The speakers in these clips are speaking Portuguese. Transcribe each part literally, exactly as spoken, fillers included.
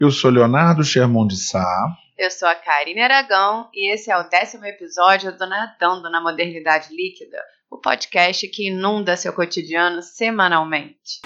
Eu sou Leonardo Sherman de Sá. Eu sou a Karine Aragão e esse é o décimo episódio do Nadando na Modernidade Líquida, o podcast que inunda seu cotidiano semanalmente.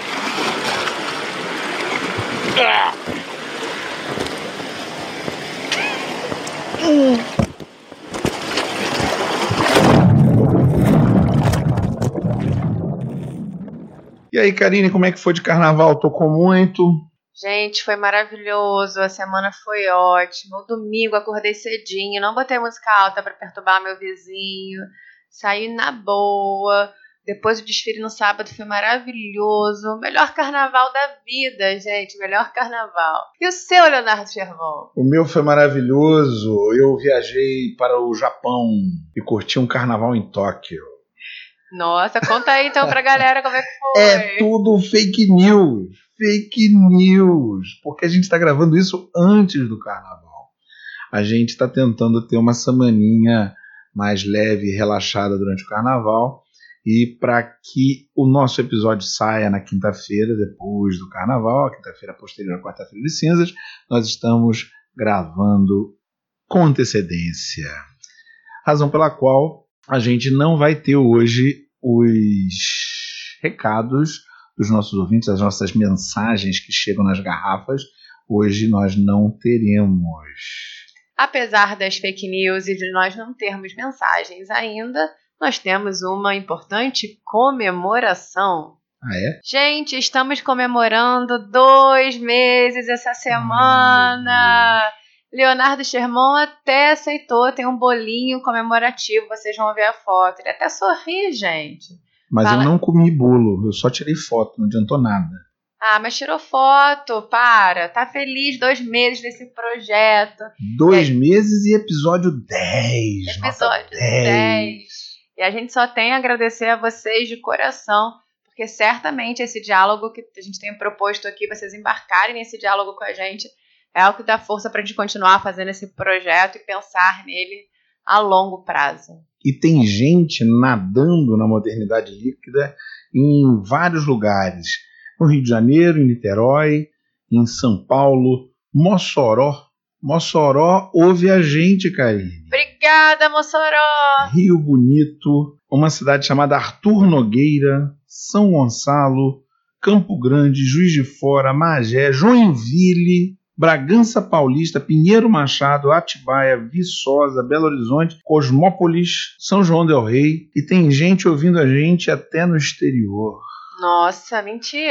E aí, Karine, como é que foi de carnaval? Tocou muito? Gente, foi maravilhoso, a semana foi ótima. O domingo acordei cedinho, não botei música alta pra perturbar meu vizinho, saí na boa. Depois o desfile no sábado foi maravilhoso. Melhor carnaval da vida, gente, melhor carnaval. E o seu, Leonardo Sherman? O meu foi maravilhoso. Eu viajei para o Japão e curti um carnaval em Tóquio. Nossa, conta aí então pra galera como é que foi. É tudo fake news. Fake news, porque a gente está gravando isso antes do carnaval. A gente está tentando ter uma semaninha mais leve e relaxada durante o carnaval, e para que o nosso episódio saia na quinta-feira, depois do carnaval, a quinta-feira posterior à quarta-feira de cinzas, nós estamos gravando com antecedência. Razão pela qual a gente não vai ter hoje os recados dos nossos ouvintes, as nossas mensagens que chegam nas garrafas. Hoje nós não teremos. Apesar das fake news e de nós não termos mensagens ainda, nós temos uma importante comemoração. Ah, é? Gente, estamos comemorando dois meses essa semana. Ai, Leonardo Sherman até aceitou, tem um bolinho comemorativo, vocês vão ver a foto. Ele até sorri, gente. Mas Fala. Eu não comi bolo, eu só tirei foto, não adiantou nada. Ah, mas tirou foto, para. Tá feliz, dois meses desse projeto. Dois e... meses e episódio dez. Episódio dez. E a gente só tem a agradecer a vocês de coração, porque certamente esse diálogo que a gente tem proposto aqui, vocês embarcarem nesse diálogo com a gente, é o que dá força pra gente continuar fazendo esse projeto e pensar nele a longo prazo. E tem gente nadando na modernidade líquida em vários lugares. No Rio de Janeiro, em Niterói, em São Paulo, Mossoró. Mossoró ouve a gente, Karine. Obrigada, Mossoró! Rio Bonito, uma cidade chamada Arthur Nogueira, São Gonçalo, Campo Grande, Juiz de Fora, Magé, Joinville, Bragança Paulista, Pinheiro Machado, Atibaia, Viçosa, Belo Horizonte, Cosmópolis, São João del Rei, e tem gente ouvindo a gente até no exterior. Nossa, mentira!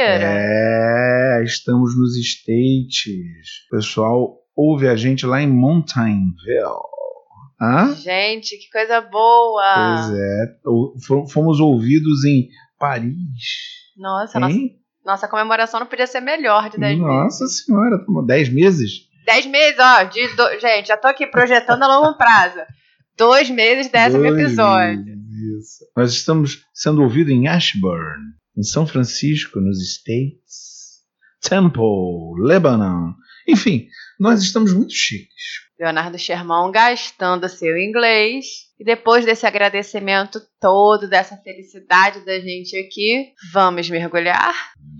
É, estamos nos States. O pessoal ouve a gente lá em Mountainville. Hã? Gente, que coisa boa! Pois é, fomos ouvidos em Paris. Nossa, nossa. Nossa, a comemoração não podia ser melhor de dez meses. Nossa senhora, dez meses? dez meses, ó. De do... Gente, já tô aqui projetando a longo prazo. Dois meses, décimo episódio. Isso. Nós estamos sendo ouvidos em Ashburn, em São Francisco, nos States. Temple, Lebanon. Enfim, nós estamos muito chiques. Leonardo Sherman gastando seu inglês. E depois desse agradecimento todo, dessa felicidade da gente aqui, vamos mergulhar?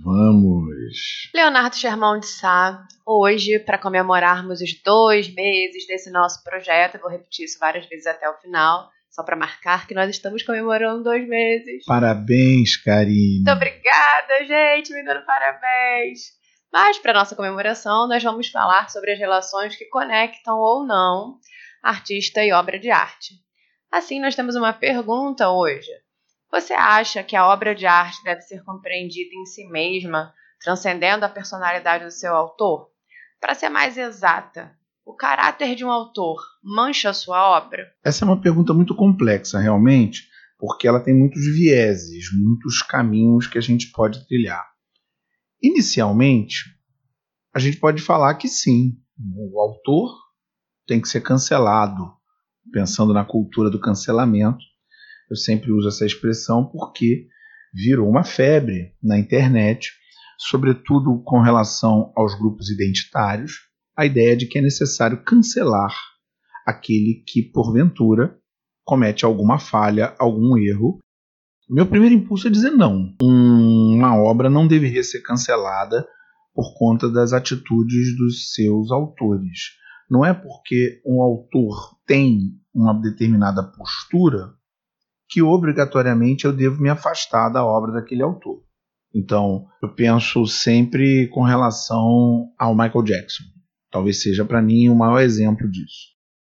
Vamos! Leonardo Sherman de Sá, hoje, para comemorarmos os dois meses desse nosso projeto, eu vou repetir isso várias vezes até o final, só para marcar que nós estamos comemorando dois meses. Parabéns, Karine! Muito obrigada, gente, me dando parabéns! Mas, para nossa comemoração, nós vamos falar sobre as relações que conectam ou não artista e obra de arte. Assim, nós temos uma pergunta hoje. Você acha que a obra de arte deve ser compreendida em si mesma, transcendendo a personalidade do seu autor? Para ser mais exata, o caráter de um autor mancha a sua obra? Essa é uma pergunta muito complexa, realmente, porque ela tem muitos vieses, muitos caminhos que a gente pode trilhar. Inicialmente, a gente pode falar que sim, o autor tem que ser cancelado. Pensando na cultura do cancelamento, eu sempre uso essa expressão porque virou uma febre na internet, sobretudo com relação aos grupos identitários, a ideia de que é necessário cancelar aquele que, porventura, comete alguma falha, algum erro. Meu primeiro impulso é dizer não. Uma obra não deveria ser cancelada por conta das atitudes dos seus autores. Não é porque um autor tem uma determinada postura que obrigatoriamente eu devo me afastar da obra daquele autor. Então, eu penso sempre com relação ao Michael Jackson. Talvez seja para mim o maior exemplo disso.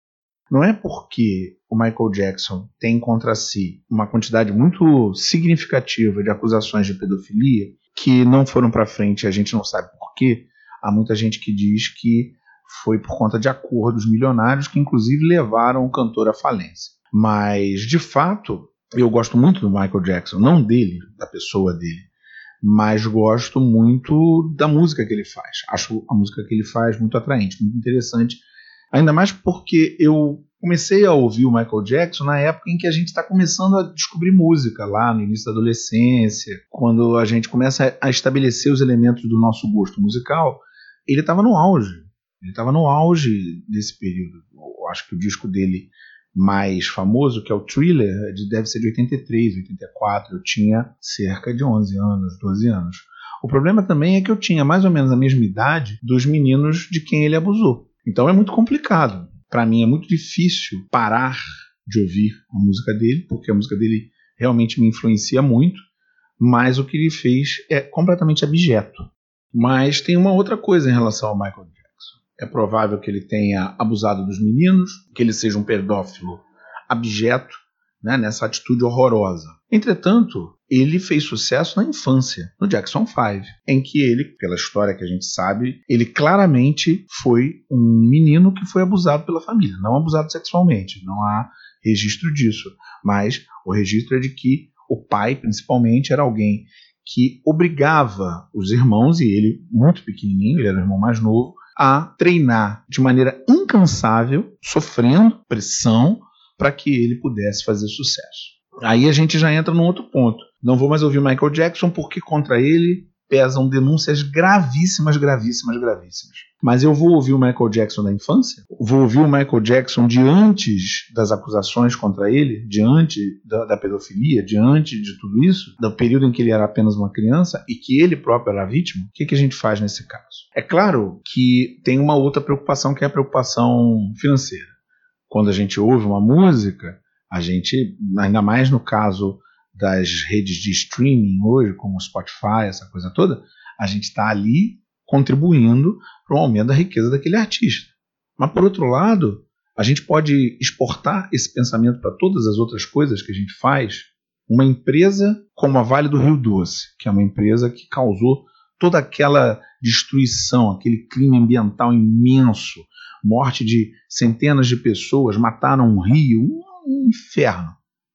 Não é porque o Michael Jackson tem contra si uma quantidade muito significativa de acusações de pedofilia que não foram para frente e a gente não sabe por quê. Há muita gente que diz que foi por conta de acordos milionários que inclusive levaram o cantor à falência. Mas, de fato, eu gosto muito do Michael Jackson, não dele, da pessoa dele, mas gosto muito da música que ele faz. Acho a música que ele faz muito atraente, muito interessante. Ainda mais porque eu comecei a ouvir o Michael Jackson na época em que a gente está começando a descobrir música, lá no início da adolescência, quando a gente começa a estabelecer os elementos do nosso gosto musical. Ele estava no auge, ele estava no auge desse período. Eu acho que o disco dele mais famoso, que é o Thriller, deve ser de oitenta e três, oitenta e quatro, eu tinha cerca de onze anos, doze anos. O problema também é que eu tinha mais ou menos a mesma idade dos meninos de quem ele abusou. Então é muito complicado. Para mim é muito difícil parar de ouvir a música dele, porque a música dele realmente me influencia muito, mas o que ele fez é completamente abjeto. Mas tem uma outra coisa em relação ao Michael Jackson. É provável que ele tenha abusado dos meninos, que ele seja um pedófilo abjeto, né, nessa atitude horrorosa. Entretanto, ele fez sucesso na infância, no Jackson five, em que ele, pela história que a gente sabe, ele claramente foi um menino que foi abusado pela família, não abusado sexualmente, não há registro disso, mas o registro é de que o pai, principalmente, era alguém que obrigava os irmãos, e ele muito pequenininho, ele era o irmão mais novo, a treinar de maneira incansável, sofrendo pressão, para que ele pudesse fazer sucesso. Aí a gente já entra num outro ponto. Não vou mais ouvir o Michael Jackson porque contra ele pesam denúncias gravíssimas, gravíssimas, gravíssimas. Mas eu vou ouvir o Michael Jackson da infância? Vou ouvir o Michael Jackson de antes das acusações contra ele, diante da, da pedofilia, diante de tudo isso, do período em que ele era apenas uma criança e que ele próprio era vítima? O que, que a gente faz nesse caso? É claro que tem uma outra preocupação, que é a preocupação financeira. Quando a gente ouve uma música, a gente, ainda mais no caso das redes de streaming hoje, como o Spotify, essa coisa toda, a gente está ali contribuindo para o aumento da riqueza daquele artista. Mas, por outro lado, a gente pode exportar esse pensamento para todas as outras coisas que a gente faz. Uma empresa como a Vale do Rio Doce, que é uma empresa que causou toda aquela destruição, aquele crime ambiental imenso, morte de centenas de pessoas, mataram um rio, um inferno.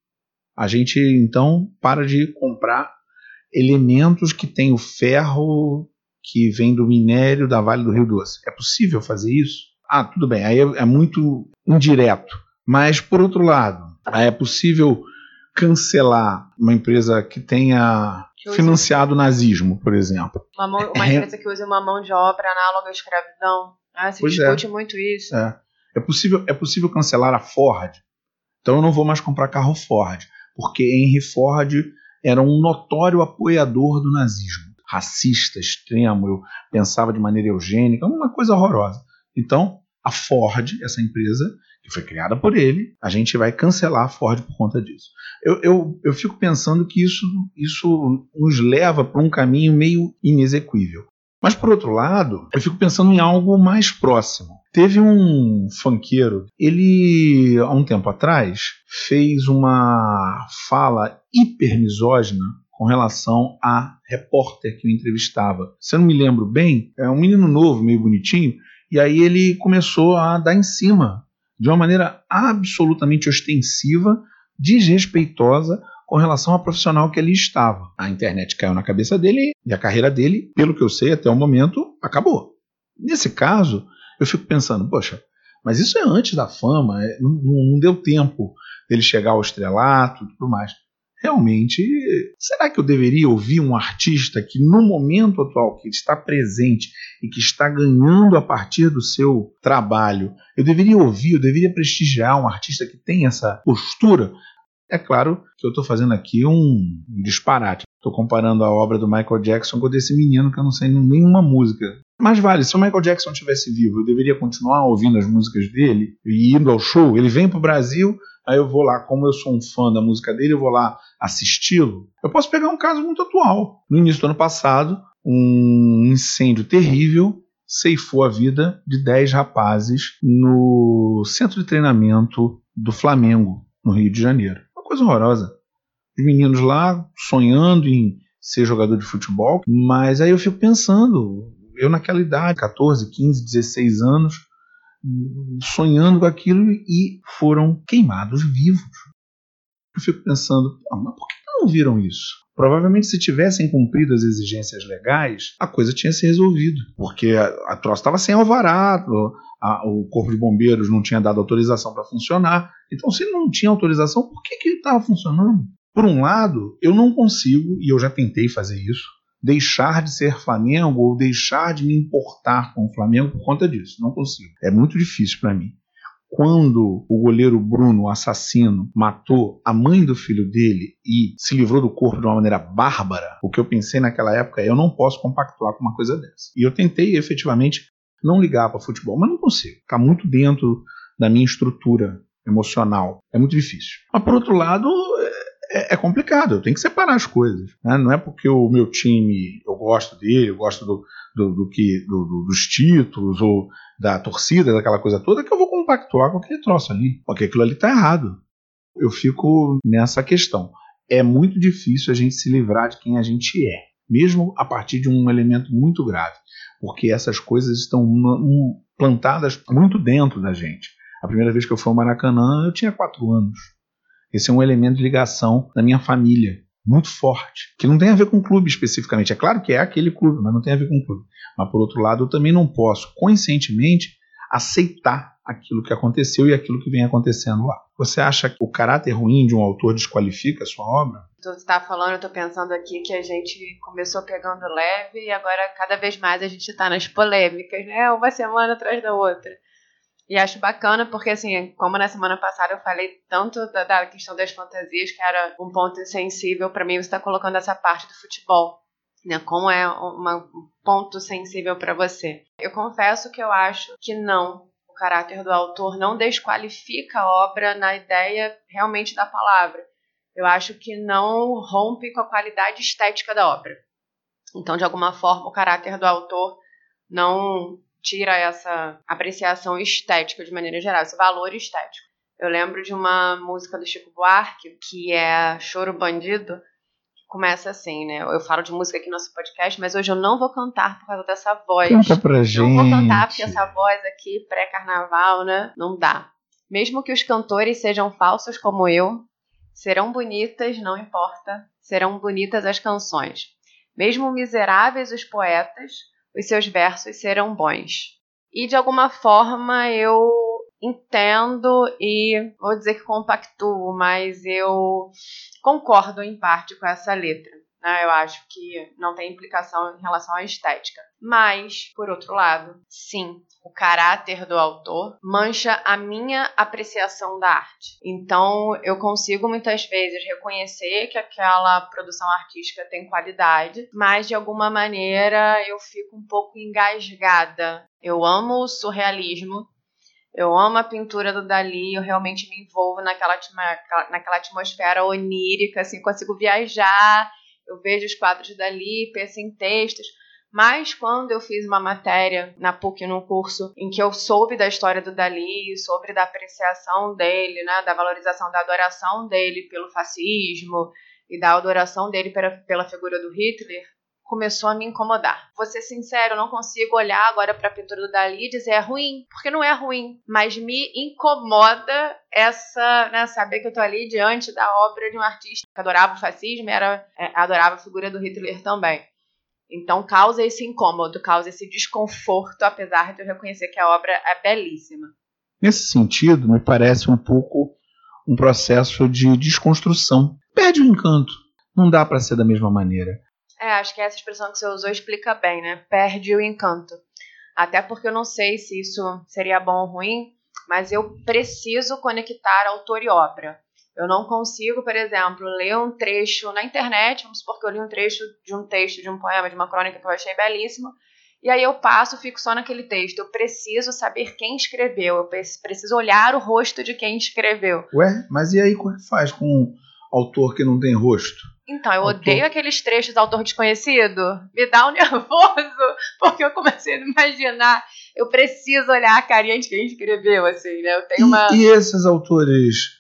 A gente, então, para de comprar elementos que têm o ferro que vem do minério da Vale do Rio Doce. É possível fazer isso? Ah, tudo bem, aí é, é muito indireto. Mas, por outro lado, é possível cancelar uma empresa que tenha financiado o nazismo, por exemplo. Uma, mão, uma empresa que usa uma mão de obra análoga à escravidão. Ah, se pois discute é. muito isso. É. É, possível, é possível cancelar a Ford. Então eu não vou mais comprar carro Ford, porque Henry Ford era um notório apoiador do nazismo. Racista, extremo, eu pensava de maneira eugênica, uma coisa horrorosa. Então, a Ford, essa empresa, que foi criada por ele, a gente vai cancelar a Ford por conta disso. Eu, eu, eu fico pensando que isso, isso nos leva para um caminho meio inexequível. Mas, por outro lado, eu fico pensando em algo mais próximo. Teve um funkeiro, ele, há um tempo atrás, fez uma fala hiper misógina com relação à repórter que o entrevistava. Se eu não me lembro bem, é um menino novo, meio bonitinho, e aí ele começou a dar em cima, de uma maneira absolutamente ostensiva, desrespeitosa, com relação ao profissional que ali estava. A internet caiu na cabeça dele e a carreira dele, pelo que eu sei até o momento, acabou. Nesse caso, eu fico pensando, poxa, mas isso é antes da fama, é, não, não deu tempo dele chegar ao estrelato e tudo mais. Realmente, será que eu deveria ouvir um artista que no momento atual, que está presente e que está ganhando a partir do seu trabalho, eu deveria ouvir, eu deveria prestigiar um artista que tem essa postura? É claro que eu estou fazendo aqui um disparate. Estou comparando a obra do Michael Jackson com a desse menino que eu não sei nenhuma música. Mas vale, se o Michael Jackson estivesse vivo, eu deveria continuar ouvindo as músicas dele e indo ao show. Ele vem pro Brasil, aí eu vou lá, como eu sou um fã da música dele, eu vou lá assisti-lo. Eu posso pegar um caso muito atual. No início do ano passado, um incêndio terrível ceifou a vida de dez rapazes no centro de treinamento do Flamengo, no Rio de Janeiro. Uma coisa horrorosa. Os meninos lá sonhando em ser jogador de futebol, mas aí eu fico pensando, eu naquela idade, catorze, quinze, dezesseis anos, sonhando com aquilo e foram queimados vivos. Eu fico pensando, ah, mas por que não viram isso? Provavelmente se tivessem cumprido as exigências legais, a coisa tinha se resolvido, porque a, a troça estava sem alvará, a, o Corpo de Bombeiros não tinha dado autorização para funcionar. Então, se não tinha autorização, por que, que ele estava funcionando? Por um lado, eu não consigo, e eu já tentei fazer isso, deixar de ser Flamengo ou deixar de me importar com o Flamengo por conta disso. Não consigo. É muito difícil para mim. Quando o goleiro Bruno, o assassino, matou a mãe do filho dele e se livrou do corpo de uma maneira bárbara, o que eu pensei naquela época é: eu não posso compactuar com uma coisa dessa. E eu tentei efetivamente não ligar para futebol, mas não consigo. Está muito dentro da minha estrutura emocional. É muito difícil. Mas por outro lado, é, é complicado. Eu tenho que separar as coisas, né? Não é porque o meu time, eu gosto dele, eu gosto do, do, do que, do, do, dos títulos ou da torcida, daquela coisa toda, que eu vou compactuar com aquele troço ali, porque aquilo ali está errado. Eu fico nessa questão. É muito difícil a gente se livrar de quem a gente é, mesmo a partir de um elemento muito grave, porque essas coisas estão uma, um, plantadas muito dentro da gente. A primeira vez que eu fui ao Maracanã, eu tinha quatro anos. Esse é um elemento de ligação da minha família, muito forte, que não tem a ver com o clube especificamente. É claro que é aquele clube, mas não tem a ver com o clube. Mas, por outro lado, eu também não posso, conscientemente, aceitar aquilo que aconteceu e aquilo que vem acontecendo lá. Você acha que o caráter ruim de um autor desqualifica a sua obra? Tu está falando, eu estou pensando aqui que a gente começou pegando leve e agora cada vez mais a gente está nas polêmicas, né? Uma semana atrás da outra. E acho bacana porque, assim, como na semana passada eu falei tanto da, da questão das fantasias, que era um ponto sensível, para mim você está colocando essa parte do futebol, né? Como é uma, um ponto sensível para você. Eu confesso que eu acho que não. O caráter do autor não desqualifica a obra na ideia realmente da palavra. Eu acho que não rompe com a qualidade estética da obra. Então, de alguma forma, o caráter do autor não tira essa apreciação estética de maneira geral, esse valor estético. Eu lembro de uma música do Chico Buarque, que é Choro Bandido, que começa assim, né? Eu falo de música aqui no nosso podcast, mas hoje eu não vou cantar por causa dessa voz. Canta pra gente. Não vou cantar porque essa voz aqui, pré-carnaval, né? Não dá. Mesmo que os cantores sejam falsos como eu, serão bonitas, não importa, serão bonitas as canções. Mesmo miseráveis os poetas, os seus versos serão bons. E, de alguma forma, eu entendo e vou dizer que compactuo, mas eu concordo em parte com essa letra. Né? Eu acho que não tem implicação em relação à estética. Mas, por outro lado, sim, o caráter do autor mancha a minha apreciação da arte. Então, eu consigo muitas vezes reconhecer que aquela produção artística tem qualidade, mas de alguma maneira eu fico um pouco engasgada. Eu amo o surrealismo, eu amo a pintura do Dalí, eu realmente me envolvo naquela, naquela atmosfera onírica, assim, consigo viajar, eu vejo os quadros do Dalí, penso em textos. Mas quando eu fiz uma matéria na P U C, num curso, em que eu soube da história do Dalí, soube da apreciação dele, né, da valorização da adoração dele pelo fascismo e da adoração dele pela, pela figura do Hitler, começou a me incomodar. Vou ser sincero, eu não consigo olhar agora para a pintura do Dalí e dizer é ruim, porque não é ruim, mas me incomoda essa, né, saber que eu estou ali diante da obra de um artista que adorava o fascismo e era, é, adorava a figura do Hitler também. Então causa esse incômodo, causa esse desconforto, apesar de eu reconhecer que a obra é belíssima. Nesse sentido, me parece um pouco um processo de desconstrução. Perde o encanto. Não dá para ser da mesma maneira. É, acho que essa expressão que você usou explica bem, né? Perde o encanto. Até porque eu não sei se isso seria bom ou ruim, mas eu preciso conectar autor e obra. Eu não consigo, por exemplo, ler um trecho na internet, vamos supor que eu li um trecho de um texto, de um poema, de uma crônica que eu achei belíssimo, e aí eu passo, fico só naquele texto. Eu preciso saber quem escreveu, eu preciso olhar o rosto de quem escreveu. Ué, mas e aí como é que faz com um autor que não tem rosto? Então, eu autor... odeio aqueles trechos de autor desconhecido. Me dá um nervoso, porque eu comecei a imaginar. Eu preciso olhar a carinha de quem escreveu, assim, né? Eu tenho e, uma... e esses autores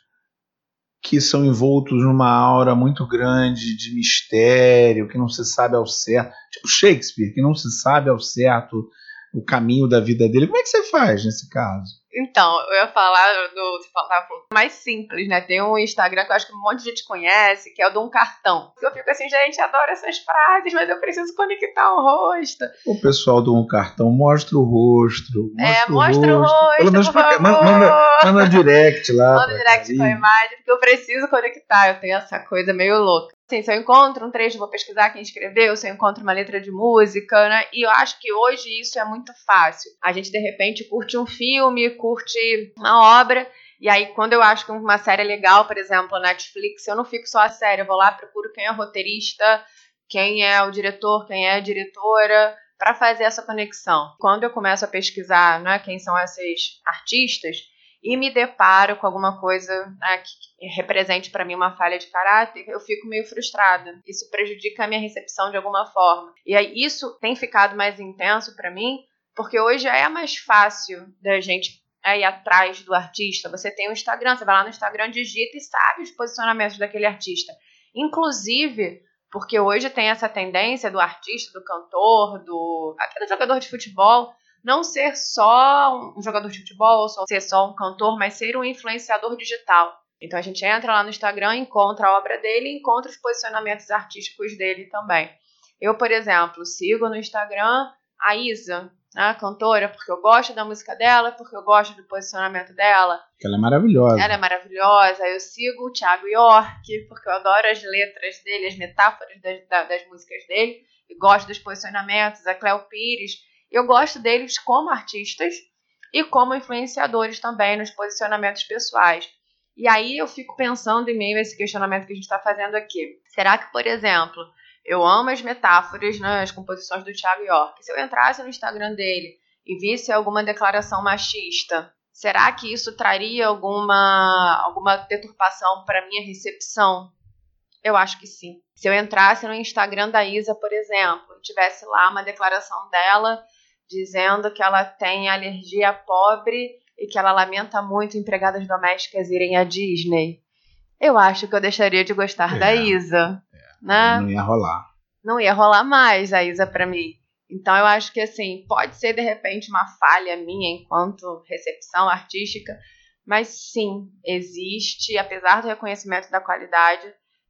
que são envoltos numa aura muito grande de mistério, que não se sabe ao certo, tipo Shakespeare, que não se sabe ao certo o caminho da vida dele, como é que você faz nesse caso? Então, eu ia falar do você falava, mais simples, né? Tem um Instagram que eu acho que um monte de gente conhece, que é o de um cartão. Eu fico assim, gente, adoro essas frases, mas eu preciso conectar o rosto. O pessoal do um cartão mostra o rosto. Mostra é, o mostra rosto. o rosto, Pelo menos por pra, favor. manda, manda direct lá. Manda direct com a imagem, porque eu preciso conectar. Eu tenho essa coisa meio louca. Assim, se eu encontro um trecho, vou pesquisar quem escreveu, se eu encontro uma letra de música, né? E eu acho que hoje isso é muito fácil. A gente, de repente, curte um filme, curte uma obra, e aí quando eu acho que uma série é legal, por exemplo, a Netflix, eu não fico só a série, eu vou lá, procuro quem é o roteirista, quem é o diretor, quem é a diretora, para fazer essa conexão. Quando eu começo a pesquisar, né, quem são esses artistas, e me deparo com alguma coisa, né, que represente para mim uma falha de caráter, eu fico meio frustrada. Isso prejudica a minha recepção de alguma forma. E aí isso tem ficado mais intenso para mim, porque hoje é mais fácil da gente ir atrás do artista. Você tem o Instagram, você vai lá no Instagram, digita e sabe os posicionamentos daquele artista. Inclusive, porque hoje tem essa tendência do artista, do cantor, do até do jogador de futebol, não ser só um jogador de futebol, ou só ser só um cantor, mas ser um influenciador digital. Então a gente entra lá no Instagram, encontra a obra dele e encontra os posicionamentos artísticos dele também. Eu, por exemplo, sigo no Instagram a Isa, a cantora, porque eu gosto da música dela, porque eu gosto do posicionamento dela. Ela é maravilhosa. Ela é maravilhosa. Eu sigo o Thiago York, porque eu adoro as letras dele, as metáforas das, das músicas dele, e gosto dos posicionamentos. A Cléo Pires. Eu gosto deles como artistas e como influenciadores também nos posicionamentos pessoais. E aí eu fico pensando em meio a esse questionamento que a gente está fazendo aqui. Será que, por exemplo, eu amo as metáforas, né, as composições do Thiago York. Se eu entrasse no Instagram dele e visse alguma declaração machista, será que isso traria alguma, alguma deturpação para a minha recepção? Eu acho que sim. Se eu entrasse no Instagram da Isa, por exemplo, e tivesse lá uma declaração dela dizendo que ela tem alergia pobre e que ela lamenta muito empregadas domésticas irem à Disney, eu acho que eu deixaria de gostar é, da Isa. É, né? Não ia rolar. Não ia rolar mais a Isa pra mim. Então eu acho que assim, pode ser de repente uma falha minha enquanto recepção artística, mas sim, existe, apesar do reconhecimento da qualidade,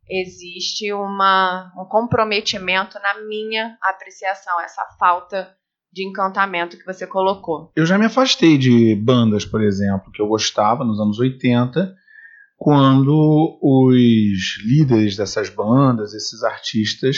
existe uma, um comprometimento na minha apreciação, essa falta de encantamento que você colocou. Eu já me afastei de bandas, por exemplo, que eu gostava nos anos oitenta, quando os líderes dessas bandas, esses artistas,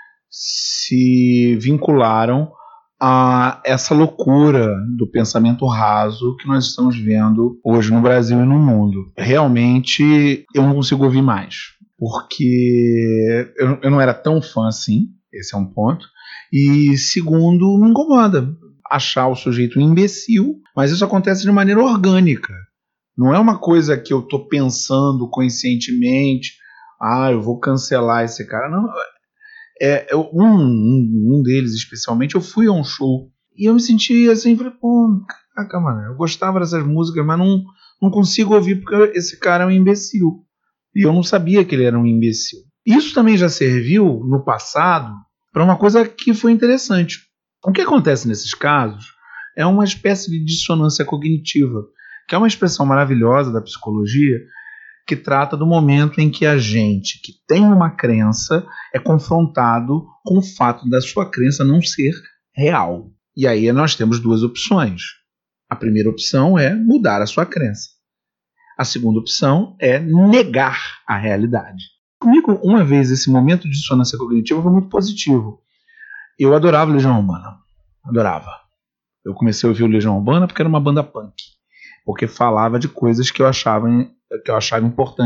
se vincularam a essa loucura do pensamento raso que nós estamos vendo hoje no Brasil e no mundo. Realmente, eu não consigo ouvir mais, porque eu, eu não era tão fã assim, esse é um ponto, e segundo, me incomoda achar o sujeito um imbecil, mas isso acontece de maneira orgânica. Não é uma coisa que eu estou pensando conscientemente, ah, eu vou cancelar esse cara. Não, é, eu, um, um, um deles especialmente, eu fui a um show e eu me senti assim, falei, pô, caraca, mano, eu gostava dessas músicas, mas não, não consigo ouvir porque esse cara é um imbecil. E eu não sabia que ele era um imbecil. Isso também já serviu, no passado, para uma coisa que foi interessante. O que acontece nesses casos é uma espécie de dissonância cognitiva, que é uma expressão maravilhosa da psicologia, que trata do momento em que a gente, que tem uma crença, é confrontado com o fato da sua crença não ser real. E aí nós temos duas opções. A primeira opção é mudar a sua crença. A segunda opção é negar a realidade. Comigo, uma vez, esse momento de dissonância cognitiva foi muito positivo. Eu adorava Legião Urbana. Adorava. Eu comecei a ouvir o Legião Urbana porque era uma banda punk. Porque falava de coisas que eu achava, que eu achava importante.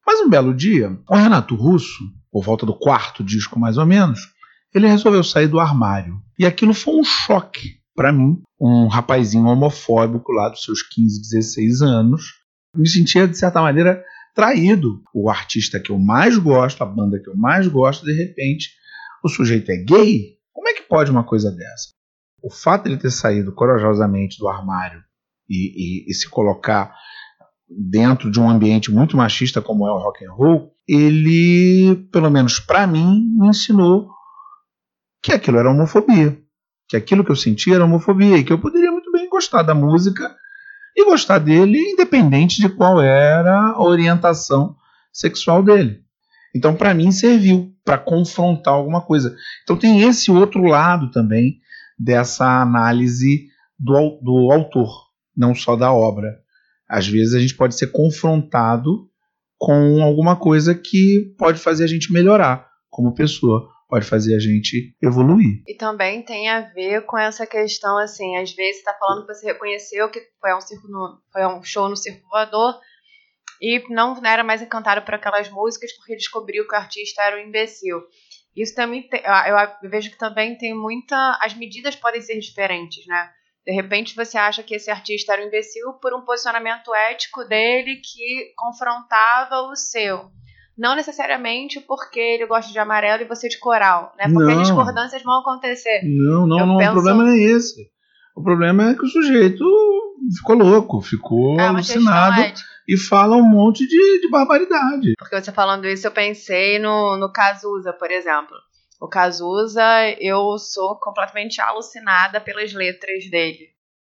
Mas um belo dia, o Renato Russo, por volta do quarto disco mais ou menos, ele resolveu sair do armário. E aquilo foi um choque para mim, um rapazinho homofóbico lá dos seus quinze, dezesseis anos. Me sentia, de certa maneira, traído. O artista que eu mais gosto, a banda que eu mais gosto, de repente, o sujeito é gay? Como é que pode uma coisa dessa? O fato de ele ter saído corajosamente do armário e, e, e se colocar dentro de um ambiente muito machista como é o rock and roll, ele, pelo menos para mim, me ensinou que aquilo era homofobia, que aquilo que eu sentia era homofobia e que eu poderia muito bem gostar da música e gostar dele independente de qual era a orientação sexual dele. Então, para mim, serviu para confrontar alguma coisa. Então, tem esse outro lado também dessa análise do, do autor, não só da obra. Às vezes a gente pode ser confrontado com alguma coisa que pode fazer a gente melhorar como pessoa, pode fazer a gente evoluir. E também tem a ver com essa questão, assim, às vezes você está falando que você reconheceu que foi um, circo no, foi um show no Circo Voador e não era mais encantado por aquelas músicas porque descobriu que o artista era um imbecil. Isso também, tem, eu, eu vejo que também tem muita... As medidas podem ser diferentes, né? De repente você acha que esse artista era um imbecil por um posicionamento ético dele que confrontava o seu. Não necessariamente porque ele gosta de amarelo e você de coral, né? Porque não, as discordâncias vão acontecer. Não, não, eu não. Penso... O problema não é esse. O problema é que o sujeito ficou louco, ficou é alucinado e fala um monte de, de barbaridade. Porque você falando isso, eu pensei no, no Cazuza, por exemplo. O Cazuza, eu sou completamente alucinada pelas letras dele.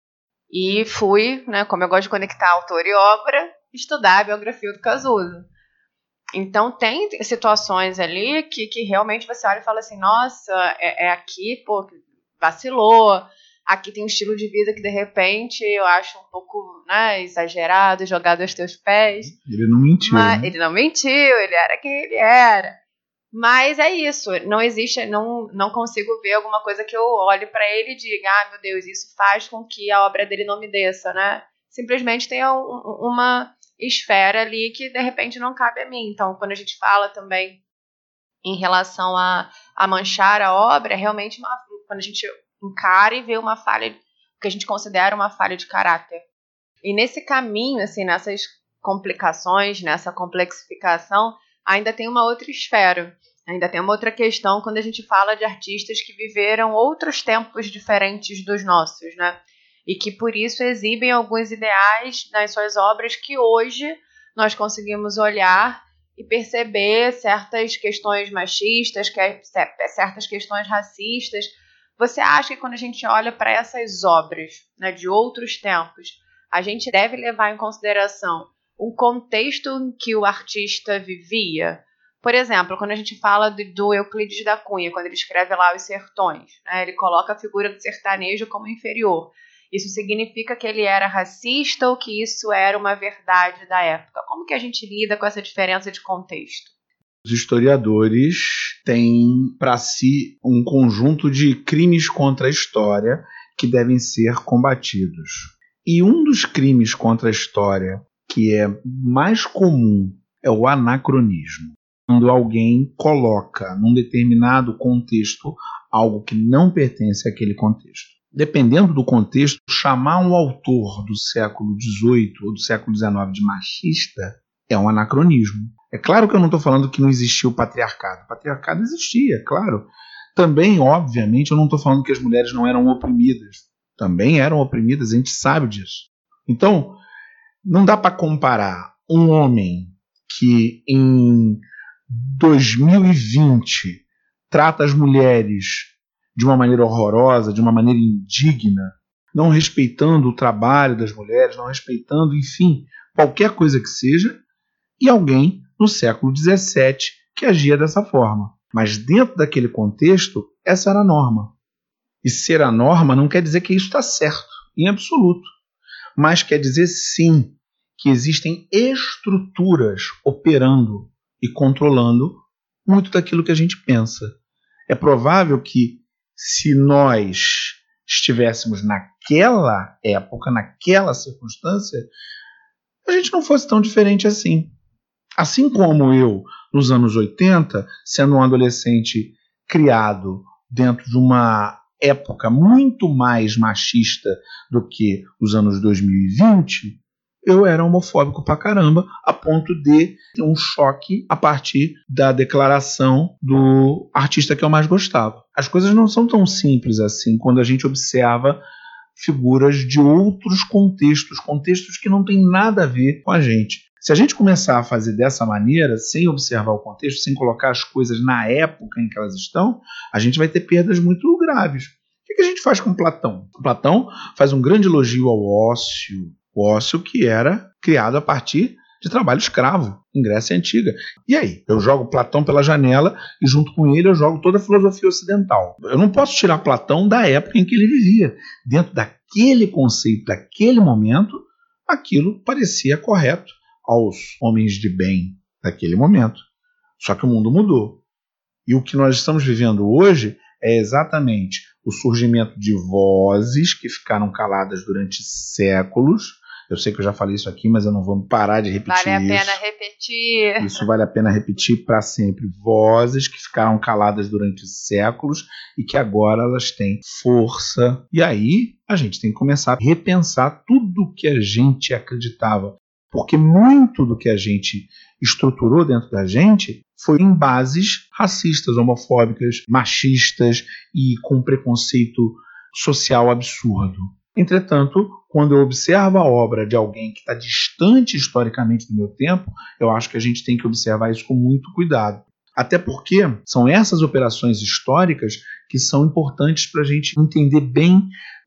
E fui, né, como eu gosto de conectar autor e obra, estudar a biografia do Cazuza. Então tem situações ali que, que realmente você olha e fala assim, nossa, é, é aqui, pô, vacilou, aqui tem um estilo de vida que de repente eu acho um pouco, né, exagerado, jogado aos teus pés. Ele não mentiu. Mas, né? Ele não mentiu, ele era quem ele era. Mas é isso, não existe, não, não consigo ver alguma coisa que eu olhe para ele e diga, ah, meu Deus, isso faz com que a obra dele não me desça, né? Simplesmente tem um, uma esfera ali que de repente não cabe a mim. Então, quando a gente fala também em relação a, a manchar a obra, é realmente uma, quando a gente encara e vê uma falha, o que a gente considera uma falha de caráter. E nesse caminho, assim, nessas complicações, nessa complexificação, ainda tem uma outra esfera, ainda tem uma outra questão quando a gente fala de artistas que viveram outros tempos diferentes dos nossos, né? E que por isso exibem alguns ideais nas suas obras que hoje nós conseguimos olhar e perceber certas questões machistas, certas questões racistas. Você acha que quando a gente olha para essas obras, né, de outros tempos, a gente deve levar em consideração o contexto em que o artista vivia? Por exemplo, quando a gente fala de, do Euclides da Cunha, quando ele escreve lá Os Sertões, né, ele coloca a figura do sertanejo como inferior. Isso significa que ele era racista ou que isso era uma verdade da época? Como que a gente lida com essa diferença de contexto? Os historiadores têm para si um conjunto de crimes contra a história que devem ser combatidos. E um dos crimes contra a história que é mais comum é o anacronismo. Quando alguém coloca num determinado contexto algo que não pertence àquele contexto. Dependendo do contexto, chamar um autor do século dezoito ou do século dezenove de machista é um anacronismo. É claro que eu não estou falando que não existia o patriarcado. O patriarcado existia, claro. Também, obviamente, eu não estou falando que as mulheres não eram oprimidas. Também eram oprimidas, a gente sabe disso. Então, não dá para comparar um homem que em dois mil e vinte trata as mulheres de uma maneira horrorosa, de uma maneira indigna, não respeitando o trabalho das mulheres, não respeitando, enfim, qualquer coisa que seja, e alguém no século dezessete que agia dessa forma. Mas dentro daquele contexto, essa era a norma. E ser a norma não quer dizer que isso está certo, em absoluto. Mas quer dizer, sim, que existem estruturas operando e controlando muito daquilo que a gente pensa. É provável que, se nós estivéssemos naquela época, naquela circunstância, a gente não fosse tão diferente assim. Assim como eu, nos anos oitenta, sendo um adolescente criado dentro de uma época muito mais machista do que os anos dois mil e vinte, eu era homofóbico pra caramba, a ponto de ter um choque a partir da declaração do artista que eu mais gostava. As coisas não são tão simples assim quando a gente observa figuras de outros contextos, contextos que não têm nada a ver com a gente. Se a gente começar a fazer dessa maneira, sem observar o contexto, sem colocar as coisas na época em que elas estão, a gente vai ter perdas muito graves. O que a gente faz com Platão? Platão faz um grande elogio ao ócio, o ócio que era criado a partir de trabalho escravo em Grécia Antiga. E aí? Eu jogo Platão pela janela e junto com ele eu jogo toda a filosofia ocidental. Eu não posso tirar Platão da época em que ele vivia. Dentro daquele conceito, daquele momento, aquilo parecia correto aos homens de bem daquele momento. Só que o mundo mudou. E o que nós estamos vivendo hoje é exatamente o surgimento de vozes que ficaram caladas durante séculos. Eu sei que eu já falei isso aqui, mas eu não vou parar de repetir isso. Vale a pena repetir. Isso vale a pena repetir para sempre. Vozes que ficaram caladas durante séculos e que agora elas têm força. E aí a gente tem que começar a repensar tudo o que a gente acreditava. Porque muito do que a gente estruturou dentro da gente foi em bases racistas, homofóbicas, machistas e com preconceito social absurdo. Entretanto, quando eu observo a obra de alguém que está distante historicamente do meu tempo, eu acho que a gente tem que observar isso com muito cuidado. Até porque são essas operações históricas que são importantes para a gente entender bem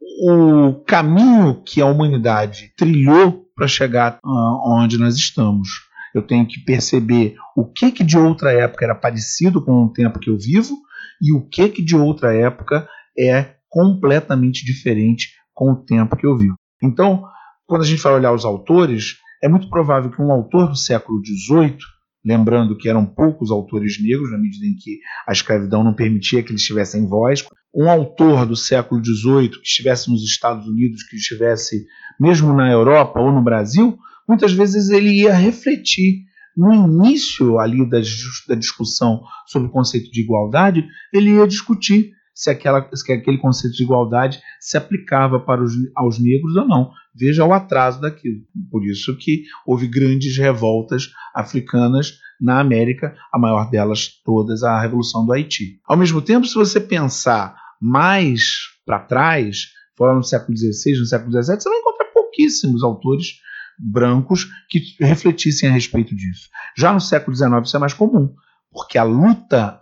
o caminho que a humanidade trilhou para chegar uh, onde nós estamos. Eu tenho que perceber o que, que de outra época era parecido com o tempo que eu vivo e o que, que de outra época é completamente diferente com o tempo que eu vivo. Então, quando a gente vai olhar os autores, é muito provável que um autor do século dezoito, lembrando que eram poucos autores negros, na medida em que a escravidão não permitia que eles tivessem voz, um autor do século dezoito que estivesse nos Estados Unidos, que estivesse mesmo na Europa ou no Brasil, muitas vezes ele ia refletir no início ali da, da discussão sobre o conceito de igualdade, ele ia discutir se, aquela, se aquele conceito de igualdade se aplicava para os, aos negros ou não. Veja o atraso daquilo. Por isso que houve grandes revoltas africanas na América, a maior delas todas a Revolução do Haiti. Ao mesmo tempo, se você pensar mais para trás, fora no século dezesseis, no século dezessete, você vai encontrar pouquíssimos autores brancos que refletissem a respeito disso. Já no século dezenove isso é mais comum, porque a luta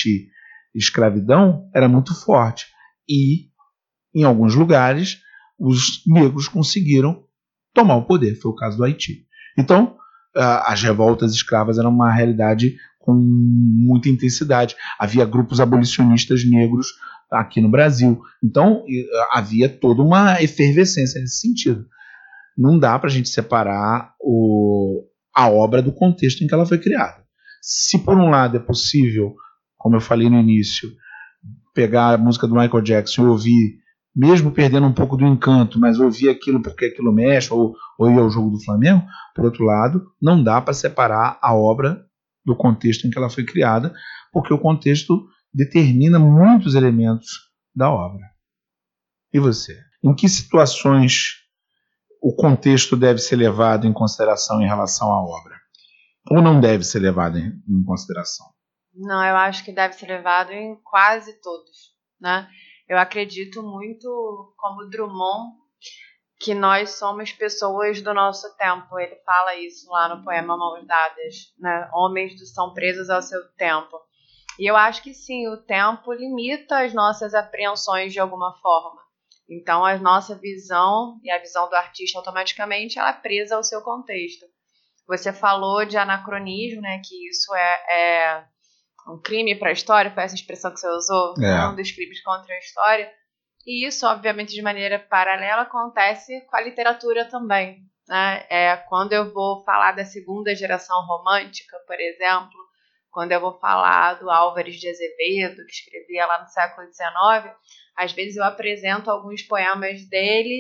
anti-escravidão era muito forte e, em alguns lugares, os negros conseguiram tomar o poder. Foi o caso do Haiti. Então, as revoltas escravas eram uma realidade com muita intensidade. Havia grupos abolicionistas negros aqui no Brasil. Então, havia toda uma efervescência nesse sentido. Não dá para a gente separar o, a obra do contexto em que ela foi criada. Se, por um lado, é possível, como eu falei no início, pegar a música do Michael Jackson e ouvir, mesmo perdendo um pouco do encanto, mas ouvir aquilo porque aquilo mexe, ou, ou ir ao jogo do Flamengo, por outro lado, não dá para separar a obra do contexto em que ela foi criada, porque o contexto determina muitos elementos da obra. E você? Em que situações o contexto deve ser levado em consideração em relação à obra? Ou não deve ser levado em, em consideração? Não, eu acho que deve ser levado em quase todos, né? Eu acredito muito, como Drummond, que nós somos pessoas do nosso tempo. Ele fala isso lá no poema Mãos Dadas, né? Homens são presos ao seu tempo. E eu acho que sim, o tempo limita as nossas apreensões de alguma forma. Então, a nossa visão e a visão do artista, automaticamente, ela é presa ao seu contexto. Você falou de anacronismo, né? Que isso é, é um crime para a história, foi essa expressão que você usou, é. Um dos crimes contra a história. E isso, obviamente, de maneira paralela, acontece com a literatura também, né? É, quando eu vou falar da segunda geração romântica, por exemplo, quando eu vou falar do Álvares de Azevedo, que escrevia lá no século dezenove, às vezes eu apresento alguns poemas dele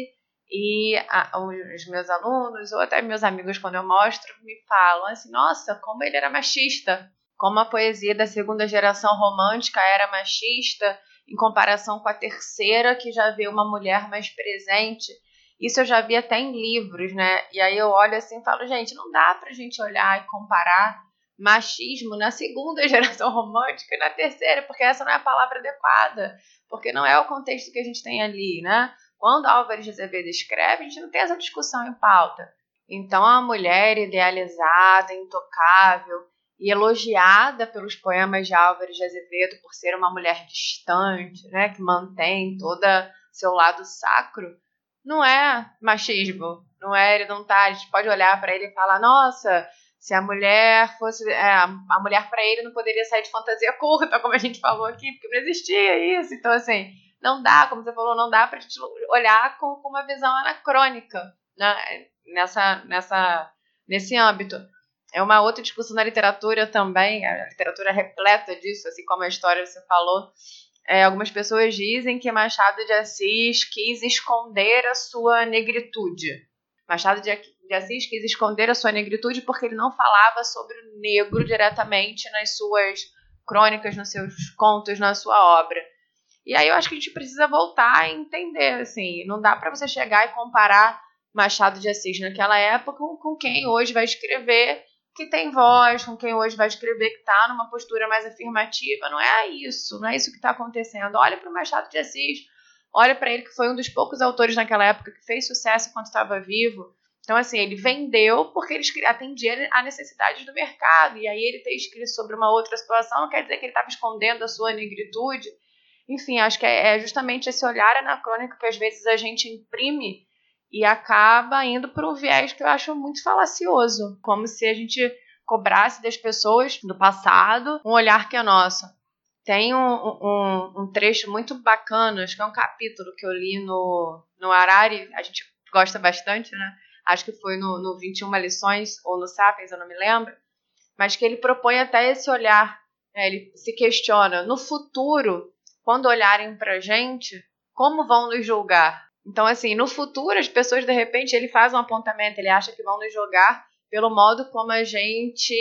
E a, os meus alunos, ou até meus amigos, quando eu mostro, me falam assim, nossa, como ele era machista, como a poesia da segunda geração romântica era machista, em comparação com a terceira, que já vê uma mulher mais presente. Isso eu já vi até em livros, né? E aí eu olho assim e falo, gente, não dá pra gente olhar e comparar machismo na segunda geração romântica e na terceira, porque essa não é a palavra adequada, porque não é o contexto que a gente tem ali, né? Quando Álvares de Azevedo escreve, a gente não tem essa discussão em pauta. Então, a mulher idealizada, intocável e elogiada pelos poemas de Álvares de Azevedo por ser uma mulher distante, né, que mantém todo seu lado sacro, não é machismo. Não é, ele não tá, a gente pode olhar para ele e falar, nossa, se a mulher fosse, é, a mulher para ele não poderia sair de fantasia curta, como a gente falou aqui, porque não existia isso. Então, assim, não dá, como você falou, não dá para a gente olhar com, com uma visão anacrônica, né, nessa, nessa, nesse âmbito. É uma outra discussão na literatura também, a literatura é repleta disso, assim como a história você falou. É, algumas pessoas dizem que Machado de Assis quis esconder a sua negritude. Machado de, de Assis quis esconder a sua negritude porque ele não falava sobre o negro diretamente nas suas crônicas, nos seus contos, na sua obra. E aí eu acho que a gente precisa voltar a entender, assim, não dá para você chegar e comparar Machado de Assis naquela época com, com quem hoje vai escrever que tem voz, com quem hoje vai escrever que está numa postura mais afirmativa. Não é isso, não é isso que está acontecendo. Olha para o Machado de Assis, olha para ele que foi um dos poucos autores naquela época que fez sucesso enquanto estava vivo. Então, assim, ele vendeu porque ele atendia a necessidades do mercado, e aí ele ter escrito sobre uma outra situação não quer dizer que ele estava escondendo a sua negritude. Enfim, acho que é justamente esse olhar anacrônico que às vezes a gente imprime e acaba indo para um viés que eu acho muito falacioso, como se a gente cobrasse das pessoas do passado um olhar que é nosso. Tem um, um, um trecho muito bacana, acho que é um capítulo que eu li no, no Harari, a gente gosta bastante, né? Acho que foi no, no vinte e uma lições, ou no Sapiens, eu não me lembro, mas que ele propõe até esse olhar, né? Ele se questiona, no futuro, quando olharem pra gente, como vão nos julgar? Então, assim, no futuro, as pessoas, de repente, ele faz um apontamento, ele acha que vão nos julgar pelo modo como a gente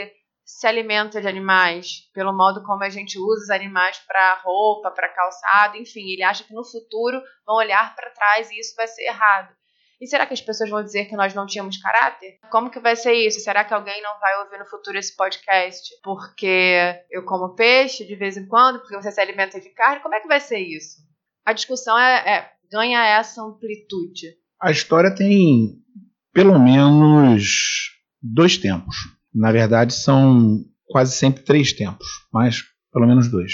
se alimenta de animais, pelo modo como a gente usa os animais para roupa, para calçado, enfim, ele acha que no futuro vão olhar para trás e isso vai ser errado. E será que as pessoas vão dizer que nós não tínhamos caráter? Como que vai ser isso? Será que alguém não vai ouvir no futuro esse podcast porque eu como peixe de vez em quando, porque você se alimenta de carne? Como é que vai ser isso? A discussão é, é, ganha essa amplitude. A história tem pelo menos dois tempos. Na verdade, são quase sempre três tempos, mas pelo menos dois.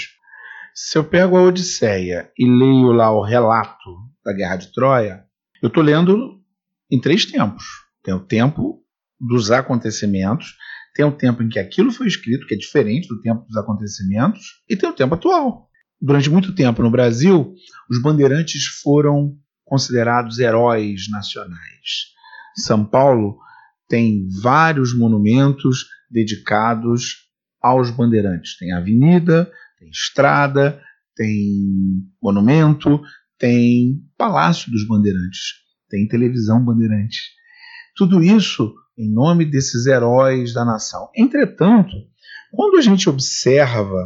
Se eu pego a Odisseia e leio lá o relato da Guerra de Troia, eu estou lendo em três tempos. Tem o tempo dos acontecimentos, tem o tempo em que aquilo foi escrito, que é diferente do tempo dos acontecimentos, e tem o tempo atual. Durante muito tempo no Brasil, os bandeirantes foram considerados heróis nacionais. São Paulo tem vários monumentos dedicados aos bandeirantes. Tem avenida, tem estrada, tem monumento, tem Palácio dos Bandeirantes, tem televisão Bandeirante. Tudo isso em nome desses heróis da nação. Entretanto, quando a gente observa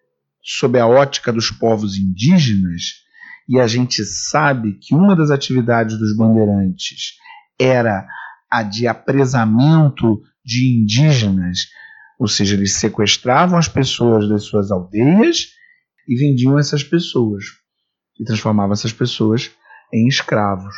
sob a ótica dos povos indígenas, e a gente sabe que uma das atividades dos bandeirantes era a de apresamento de indígenas, ou seja, eles sequestravam as pessoas das suas aldeias e vendiam essas pessoas, e transformavam essas pessoas em escravos.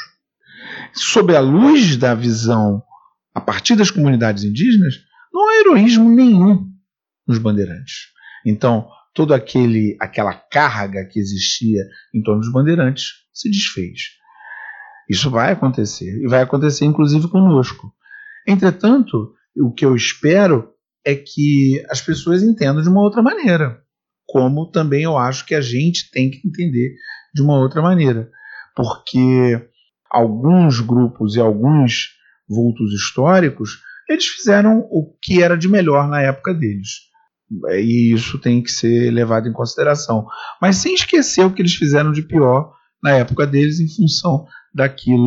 Sob a luz da visão a partir das comunidades indígenas, não há heroísmo nenhum nos bandeirantes. Então, toda aquele, aquela carga que existia em torno dos bandeirantes se desfez. Isso vai acontecer, e vai acontecer inclusive conosco. Entretanto, o que eu espero é que as pessoas entendam de uma outra maneira, como também eu acho que a gente tem que entender de uma outra maneira, porque alguns grupos e alguns vultos históricos, eles fizeram o que era de melhor na época deles. E isso tem que ser levado em consideração. Mas sem esquecer o que eles fizeram de pior na época deles em função daquilo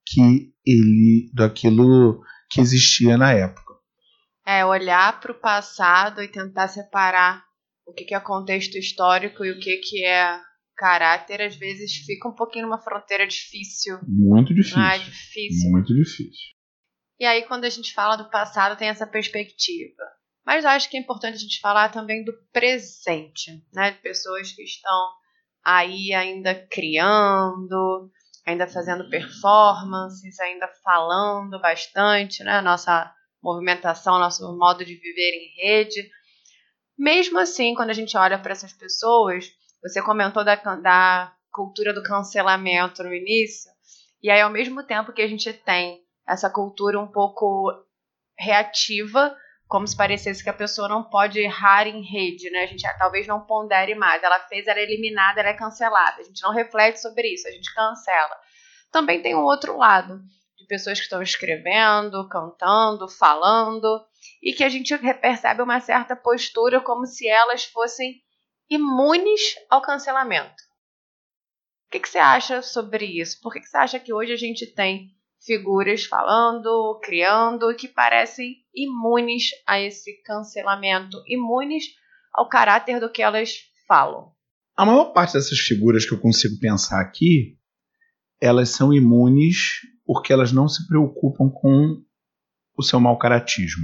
que ele, daquilo que existia na época. É, olhar para o passado e tentar separar o que, que é contexto histórico e o que, que é caráter, às vezes fica um pouquinho numa fronteira difícil. Muito difícil. Não é difícil. Muito difícil. E aí, quando a gente fala do passado, tem essa perspectiva. Mas eu acho que é importante a gente falar também do presente, né? De pessoas que estão aí ainda criando, ainda fazendo performances, ainda falando bastante, né? Nossa movimentação, nosso modo de viver em rede. Mesmo assim, quando a gente olha para essas pessoas, você comentou da, da cultura do cancelamento no início, e aí ao mesmo tempo que a gente tem essa cultura um pouco reativa, como se parecesse que a pessoa não pode errar em rede, né? A gente talvez não pondere mais. Ela fez, ela é eliminada, ela é cancelada. A gente não reflete sobre isso, a gente cancela. Também tem um outro lado, de pessoas que estão escrevendo, cantando, falando, e que a gente percebe uma certa postura como se elas fossem imunes ao cancelamento. O que, que você acha sobre isso? Por que, que você acha que hoje a gente tem figuras falando, criando, que parecem imunes a esse cancelamento, imunes ao caráter do que elas falam? A maior parte dessas figuras que eu consigo pensar aqui, elas são imunes porque elas não se preocupam com o seu mau caratismo.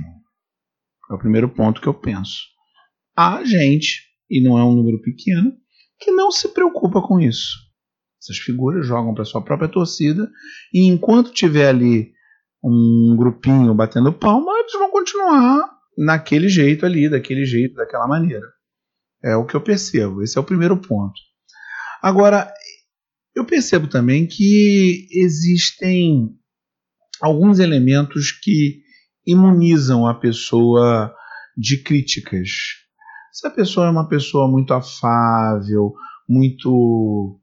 É o primeiro ponto que eu penso. Há gente, e não é um número pequeno, que não se preocupa com isso. Essas figuras jogam para sua própria torcida e enquanto tiver ali um grupinho batendo palma, eles vão continuar naquele jeito ali, daquele jeito, daquela maneira. É o que eu percebo. Esse é o primeiro ponto. Agora, eu percebo também que existem alguns elementos que imunizam a pessoa de críticas. Se a pessoa é uma pessoa muito afável, muito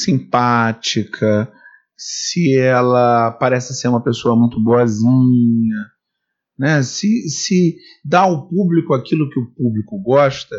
simpática, se ela parece ser uma pessoa muito boazinha, né? se, se dá ao público aquilo que o público gosta,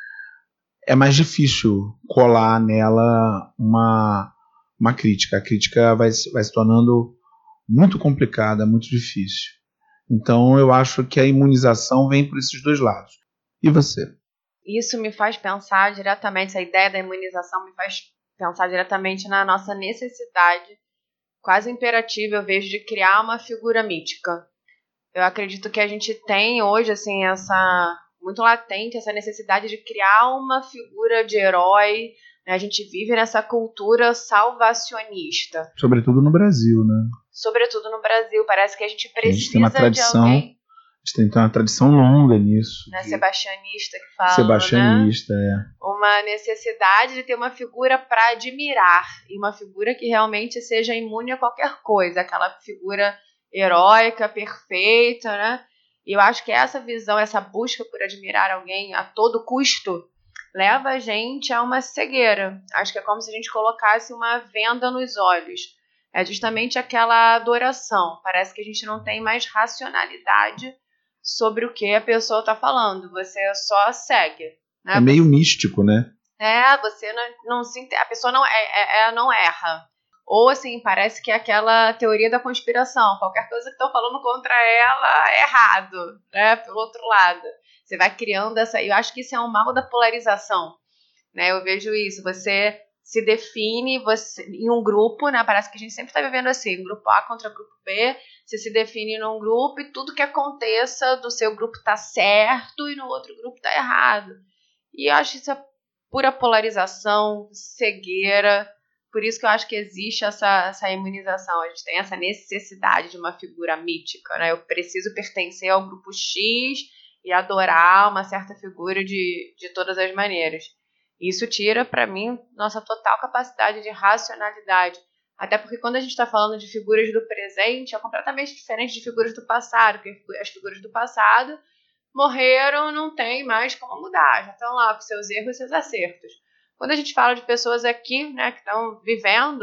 é mais difícil colar nela uma, uma crítica. A crítica vai, vai se tornando muito complicada, muito difícil. Então eu acho que a imunização vem por esses dois lados. E você? Isso me faz pensar diretamente, essa ideia da imunização me faz pensar diretamente na nossa necessidade, quase imperativa, eu vejo, de criar uma figura mítica. Eu acredito que a gente tem hoje, assim, essa muito latente, essa necessidade de criar uma figura de herói, né? A gente vive nessa cultura salvacionista. Sobretudo no Brasil, né? Sobretudo no Brasil, parece que a gente precisa a gente tem uma tradição, de alguém. A gente tem uma tradição longa nisso. Né? De... Sebastianista que fala, Sebastianista, né? é. Uma necessidade de ter uma figura para admirar, e uma figura que realmente seja imune a qualquer coisa, aquela figura heróica, perfeita, né? E eu acho que essa visão, essa busca por admirar alguém a todo custo, leva a gente a uma cegueira. Acho que é como se a gente colocasse uma venda nos olhos. É justamente aquela adoração. Parece que a gente não tem mais racionalidade sobre o que a pessoa está falando. Você só segue. Né? É meio místico, né? É, você não, não se... A pessoa não, é, é, é, não erra. Ou, assim, parece que é aquela teoria da conspiração. Qualquer coisa que estão falando contra ela é errado, né? Pelo outro lado. Você vai criando essa... Eu acho que isso é um mal da polarização, né? Eu vejo isso. Você se define você, em um grupo, né? Parece que a gente sempre está vivendo assim, grupo A contra grupo B. Você se define num grupo e tudo que aconteça do seu grupo está certo e no outro grupo está errado. E eu acho isso é pura polarização, cegueira. Por isso que eu acho que existe essa, essa imunização. A gente tem essa necessidade de uma figura mítica, né? Eu preciso pertencer ao grupo X e adorar uma certa figura de, de todas as maneiras. Isso tira, para mim, nossa total capacidade de racionalidade. Até porque quando a gente está falando de figuras do presente, é completamente diferente de figuras do passado. Porque as figuras do passado morreram, não tem mais como mudar. Já estão lá com seus erros e seus acertos. Quando a gente fala de pessoas aqui, né, que estão vivendo,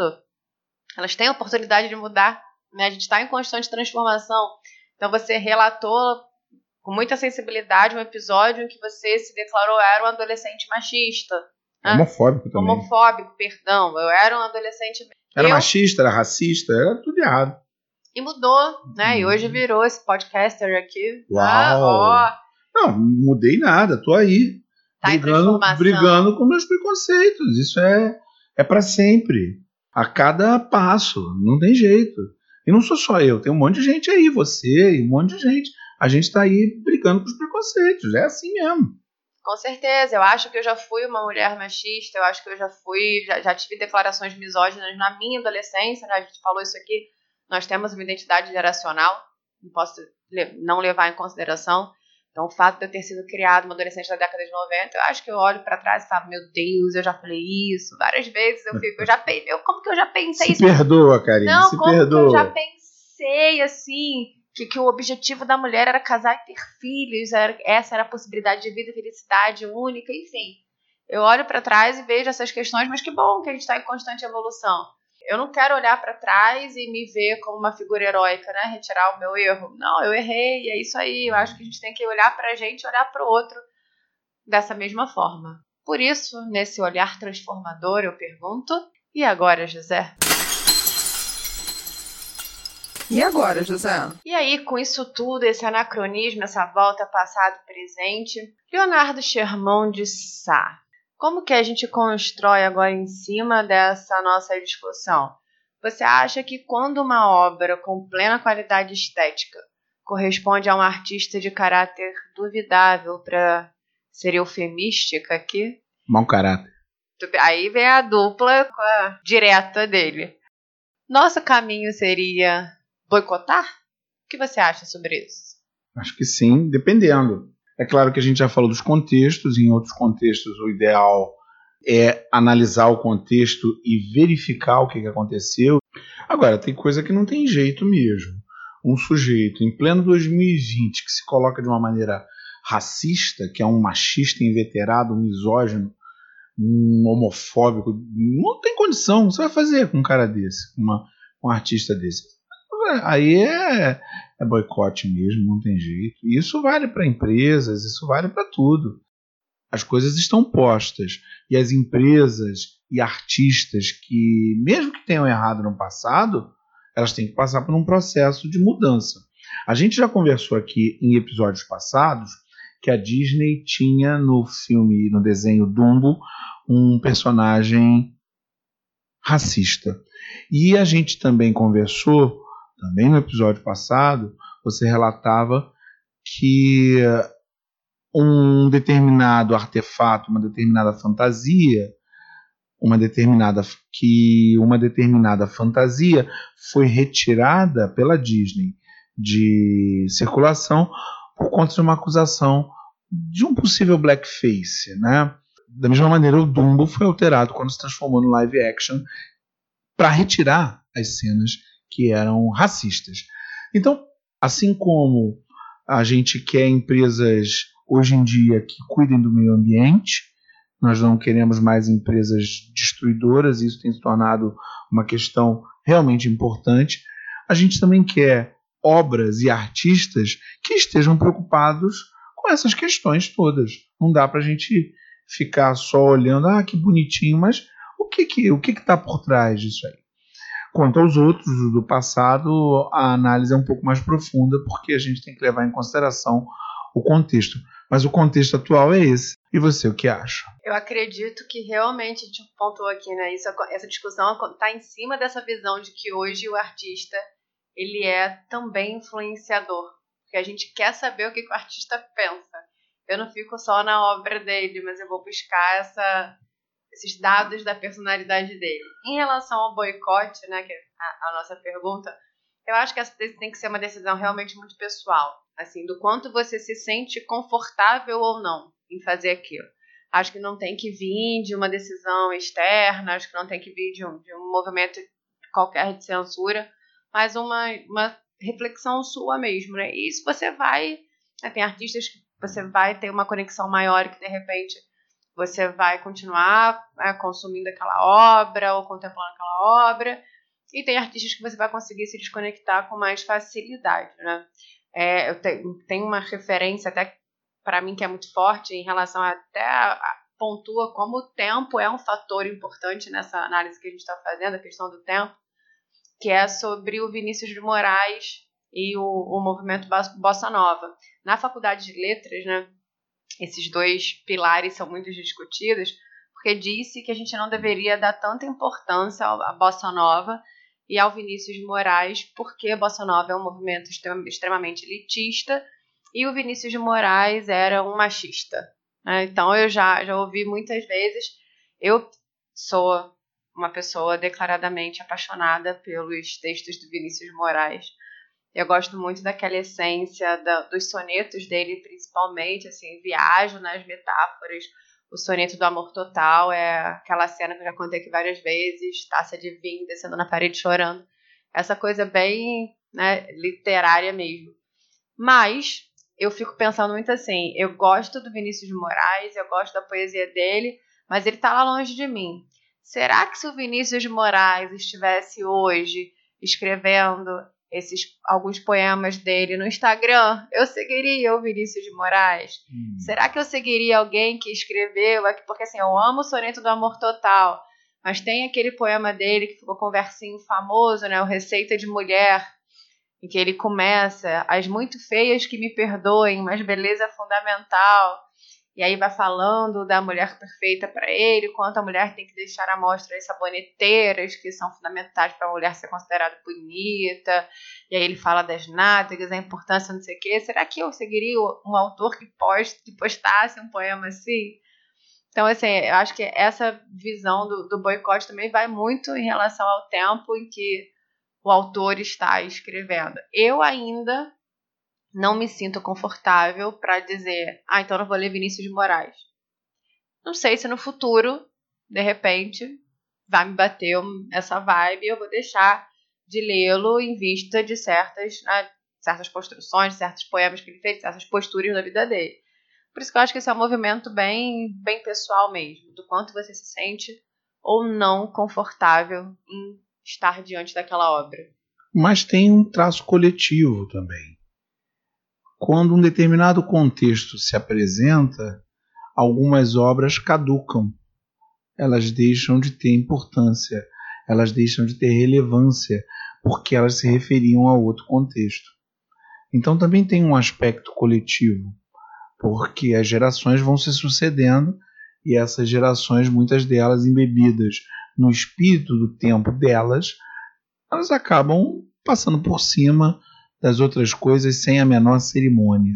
elas têm a oportunidade de mudar, né? A gente está em constante transformação. Então você relatou com muita sensibilidade um episódio em que você se declarou era um adolescente machista. Né? Homofóbico também. Homofóbico, perdão. Eu era um adolescente Era eu... machista, era racista, era tudo errado. E mudou, né? Hum. E hoje virou esse podcaster aqui. Uau! Ah, ó. Não, mudei nada, tô aí. Tá em brigando, transformação. brigando com meus preconceitos. Isso é, é para sempre. A cada passo, não tem jeito. E não sou só eu, tem um monte de gente aí, você e um monte de gente. A gente tá aí brigando com os preconceitos, é assim mesmo. Com certeza, eu acho que eu já fui uma mulher machista, eu acho que eu já fui, já, já tive declarações misóginas na minha adolescência, né? A gente falou isso aqui, nós temos uma identidade geracional, não posso não levar em consideração. Então, o fato de eu ter sido criado uma adolescente da década de noventa, eu acho que eu olho pra trás e falo, meu Deus, eu já falei isso várias vezes, eu fico, eu já pensei, eu, como que eu já pensei se isso? Se perdoa, Karine, não, se como perdoa. que eu já pensei, assim, que, que o objetivo da mulher era casar e ter filhos, era, essa era a possibilidade de vida e felicidade única, enfim. Eu olho pra trás e vejo essas questões, mas que bom que a gente tá em constante evolução. Eu não quero olhar para trás e me ver como uma figura heróica, né? Retirar o meu erro. Não, eu errei, é isso aí. Eu acho que a gente tem que olhar para a gente e olhar para o outro dessa mesma forma. Por isso, nesse olhar transformador, eu pergunto, e agora, José? E agora, José? E aí, com isso tudo, esse anacronismo, essa volta passado-presente, Leonardo Sherman de Sá. Como que a gente constrói agora em cima dessa nossa discussão? Você acha que quando uma obra com plena qualidade estética corresponde a um artista de caráter duvidável, para ser eufemística aqui? Mau caráter. Aí vem a dupla com a direta dele. Nosso caminho seria boicotar? O que você acha sobre isso? Acho que sim, dependendo. É claro que a gente já falou dos contextos, em outros contextos o ideal é analisar o contexto e verificar o que, que aconteceu. Agora, tem coisa que não tem jeito mesmo. Um sujeito em pleno dois mil e vinte que se coloca de uma maneira racista, que é um machista inveterado, um misógino, um homofóbico, não tem condição. Você vai fazer com um cara desse, com uma, um artista desse? Aí é, é boicote mesmo, não tem jeito. E isso vale para empresas, isso vale para tudo. As coisas estão postas. E as empresas e artistas que, mesmo que tenham errado no passado, elas têm que passar por um processo de mudança. A gente já conversou aqui em episódios passados que a Disney tinha no filme, no desenho Dumbo, um personagem racista. E a gente também conversou, também no episódio passado, você relatava que um determinado artefato, uma determinada fantasia, uma determinada, que uma determinada fantasia foi retirada pela Disney de circulação por conta de uma acusação de um possível blackface, né? Da mesma maneira, o Dumbo foi alterado quando se transformou no live action para retirar as cenas que eram racistas. Então, assim como a gente quer empresas hoje em dia que cuidem do meio ambiente, nós não queremos mais empresas destruidoras, isso tem se tornado uma questão realmente importante. A gente também quer obras e artistas que estejam preocupados com essas questões todas. Não dá para a gente ficar só olhando, ah, que bonitinho, mas o que que o que que está por trás disso aí? Quanto aos outros do passado, a análise é um pouco mais profunda, porque a gente tem que levar em consideração o contexto. Mas o contexto atual é esse. E você, o que acha? Eu acredito que realmente a gente pontuou aqui, né? Isso, essa discussão está em cima dessa visão de que hoje o artista ele é também influenciador. Porque a gente quer saber o que, que o artista pensa. Eu não fico só na obra dele, mas eu vou buscar essa... esses dados da personalidade dele. Em relação ao boicote, né, que é a, a nossa pergunta, eu acho que essa tem que ser uma decisão realmente muito pessoal, assim, do quanto você se sente confortável ou não em fazer aquilo. Acho que não tem que vir de uma decisão externa, acho que não tem que vir de um, de um movimento qualquer de censura, mas uma, uma reflexão sua mesmo, né? E se você vai... Né, tem artistas que você vai ter uma conexão maior que, de repente, você vai continuar, né, consumindo aquela obra ou contemplando aquela obra. E tem artistas que você vai conseguir se desconectar com mais facilidade, né? É, eu tenho, tenho uma referência até para mim que é muito forte em relação até a, a pontua como o tempo é um fator importante nessa análise que a gente está fazendo, a questão do tempo, que é sobre o Vinícius de Moraes e o, o movimento Bossa Nova. Na Faculdade de Letras, né, esses dois pilares são muito discutidos, porque disse que a gente não deveria dar tanta importância à Bossa Nova e ao Vinícius de Moraes, porque a Bossa Nova é um movimento extremamente elitista e o Vinícius de Moraes era um machista. Né? Então eu já, já ouvi muitas vezes, eu sou uma pessoa declaradamente apaixonada pelos textos do Vinícius de Moraes. Eu gosto muito daquela essência da, dos sonetos dele, principalmente, assim, viajo nas metáforas. O soneto do amor total é aquela cena que eu já contei aqui várias vezes, taça de vinho descendo na parede chorando. Essa coisa bem, né, literária mesmo. Mas eu fico pensando muito assim, eu gosto do Vinícius de Moraes, eu gosto da poesia dele, mas ele está lá longe de mim. Será que se o Vinícius de Moraes estivesse hoje escrevendo esses alguns poemas dele no Instagram, eu seguiria o Vinícius de Moraes? Hum. Será que eu seguiria alguém que escreveu? Porque assim, eu amo o soneto do amor total, mas tem aquele poema dele que ficou com um versinho famoso, né, o Receita de Mulher, em que ele começa, as muito feias que me perdoem, mas beleza é fundamental. E aí vai falando da mulher perfeita para ele, quanto a mulher tem que deixar à mostra as saboneteiras, que são fundamentais para a mulher ser considerada bonita. E aí ele fala das nádegas, a importância não sei o quê. Será que eu seguiria um autor que, post, que postasse um poema assim? Então, assim, eu acho que essa visão do, do boicote também vai muito em relação ao tempo em que o autor está escrevendo. Eu ainda não me sinto confortável para dizer, ah, então não vou ler Vinícius de Moraes. Não sei se no futuro, de repente, vai me bater essa vibe e eu vou deixar de lê-lo em vista de certas, né, certas construções, certos poemas que ele fez, certas posturas da vida dele. Por isso que eu acho que esse é um movimento bem, bem pessoal mesmo, do quanto você se sente ou não confortável em estar diante daquela obra. Mas tem um traço coletivo também. Quando um determinado contexto se apresenta, algumas obras caducam. Elas deixam de ter importância, elas deixam de ter relevância, porque elas se referiam a outro contexto. Então também tem um aspecto coletivo, porque as gerações vão se sucedendo e essas gerações, muitas delas embebidas no espírito do tempo delas, elas acabam passando por cima das outras coisas sem a menor cerimônia.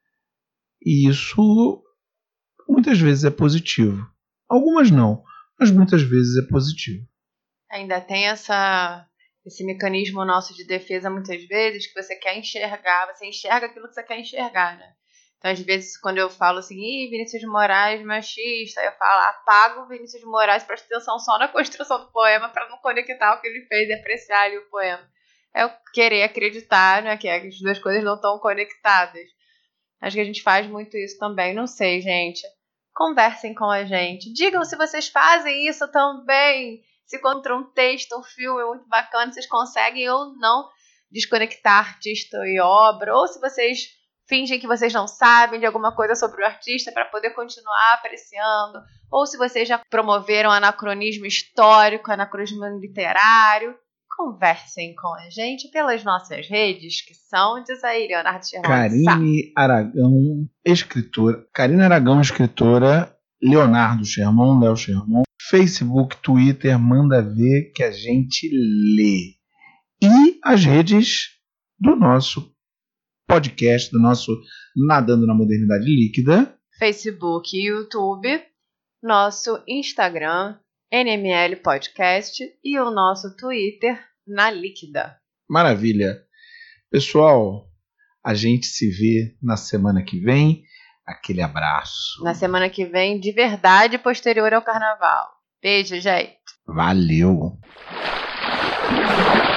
E isso muitas vezes é positivo. Algumas não, mas muitas vezes é positivo. Ainda tem essa, esse mecanismo nosso de defesa muitas vezes que você quer enxergar, você enxerga aquilo que você quer enxergar, né? Então, às vezes, quando eu falo assim, ih, Vinícius de Moraes machista, eu falo, apago o Vinícius de Moraes, presta atenção só na construção do poema para não conectar o que ele fez e apreciar ali o poema. É eu querer acreditar, né, que as duas coisas não estão conectadas. Acho que a gente faz muito isso também. Não sei, gente. Conversem com a gente. Digam se vocês fazem isso também. Se contra um texto, um filme muito bacana, vocês conseguem ou não desconectar artista e obra. Ou se vocês fingem que vocês não sabem de alguma coisa sobre o artista para poder continuar apreciando. Ou se vocês já promoveram anacronismo histórico, anacronismo literário. Conversem com a gente pelas nossas redes, que são, diz aí, Leonardo Sherman. Karine Aragão, escritora. Karine Aragão, escritora. Leonardo Sherman, Léo Sherman. Facebook, Twitter, manda ver que a gente lê. E as redes do nosso podcast, do nosso Nadando na Modernidade Líquida. Facebook e YouTube. Nosso Instagram, N M L Podcast, e o nosso Twitter, Na Líquida. Maravilha. Pessoal, a gente se vê na semana que vem. Aquele abraço. Na semana que vem, de verdade, posterior ao carnaval. Beijo, gente. Valeu.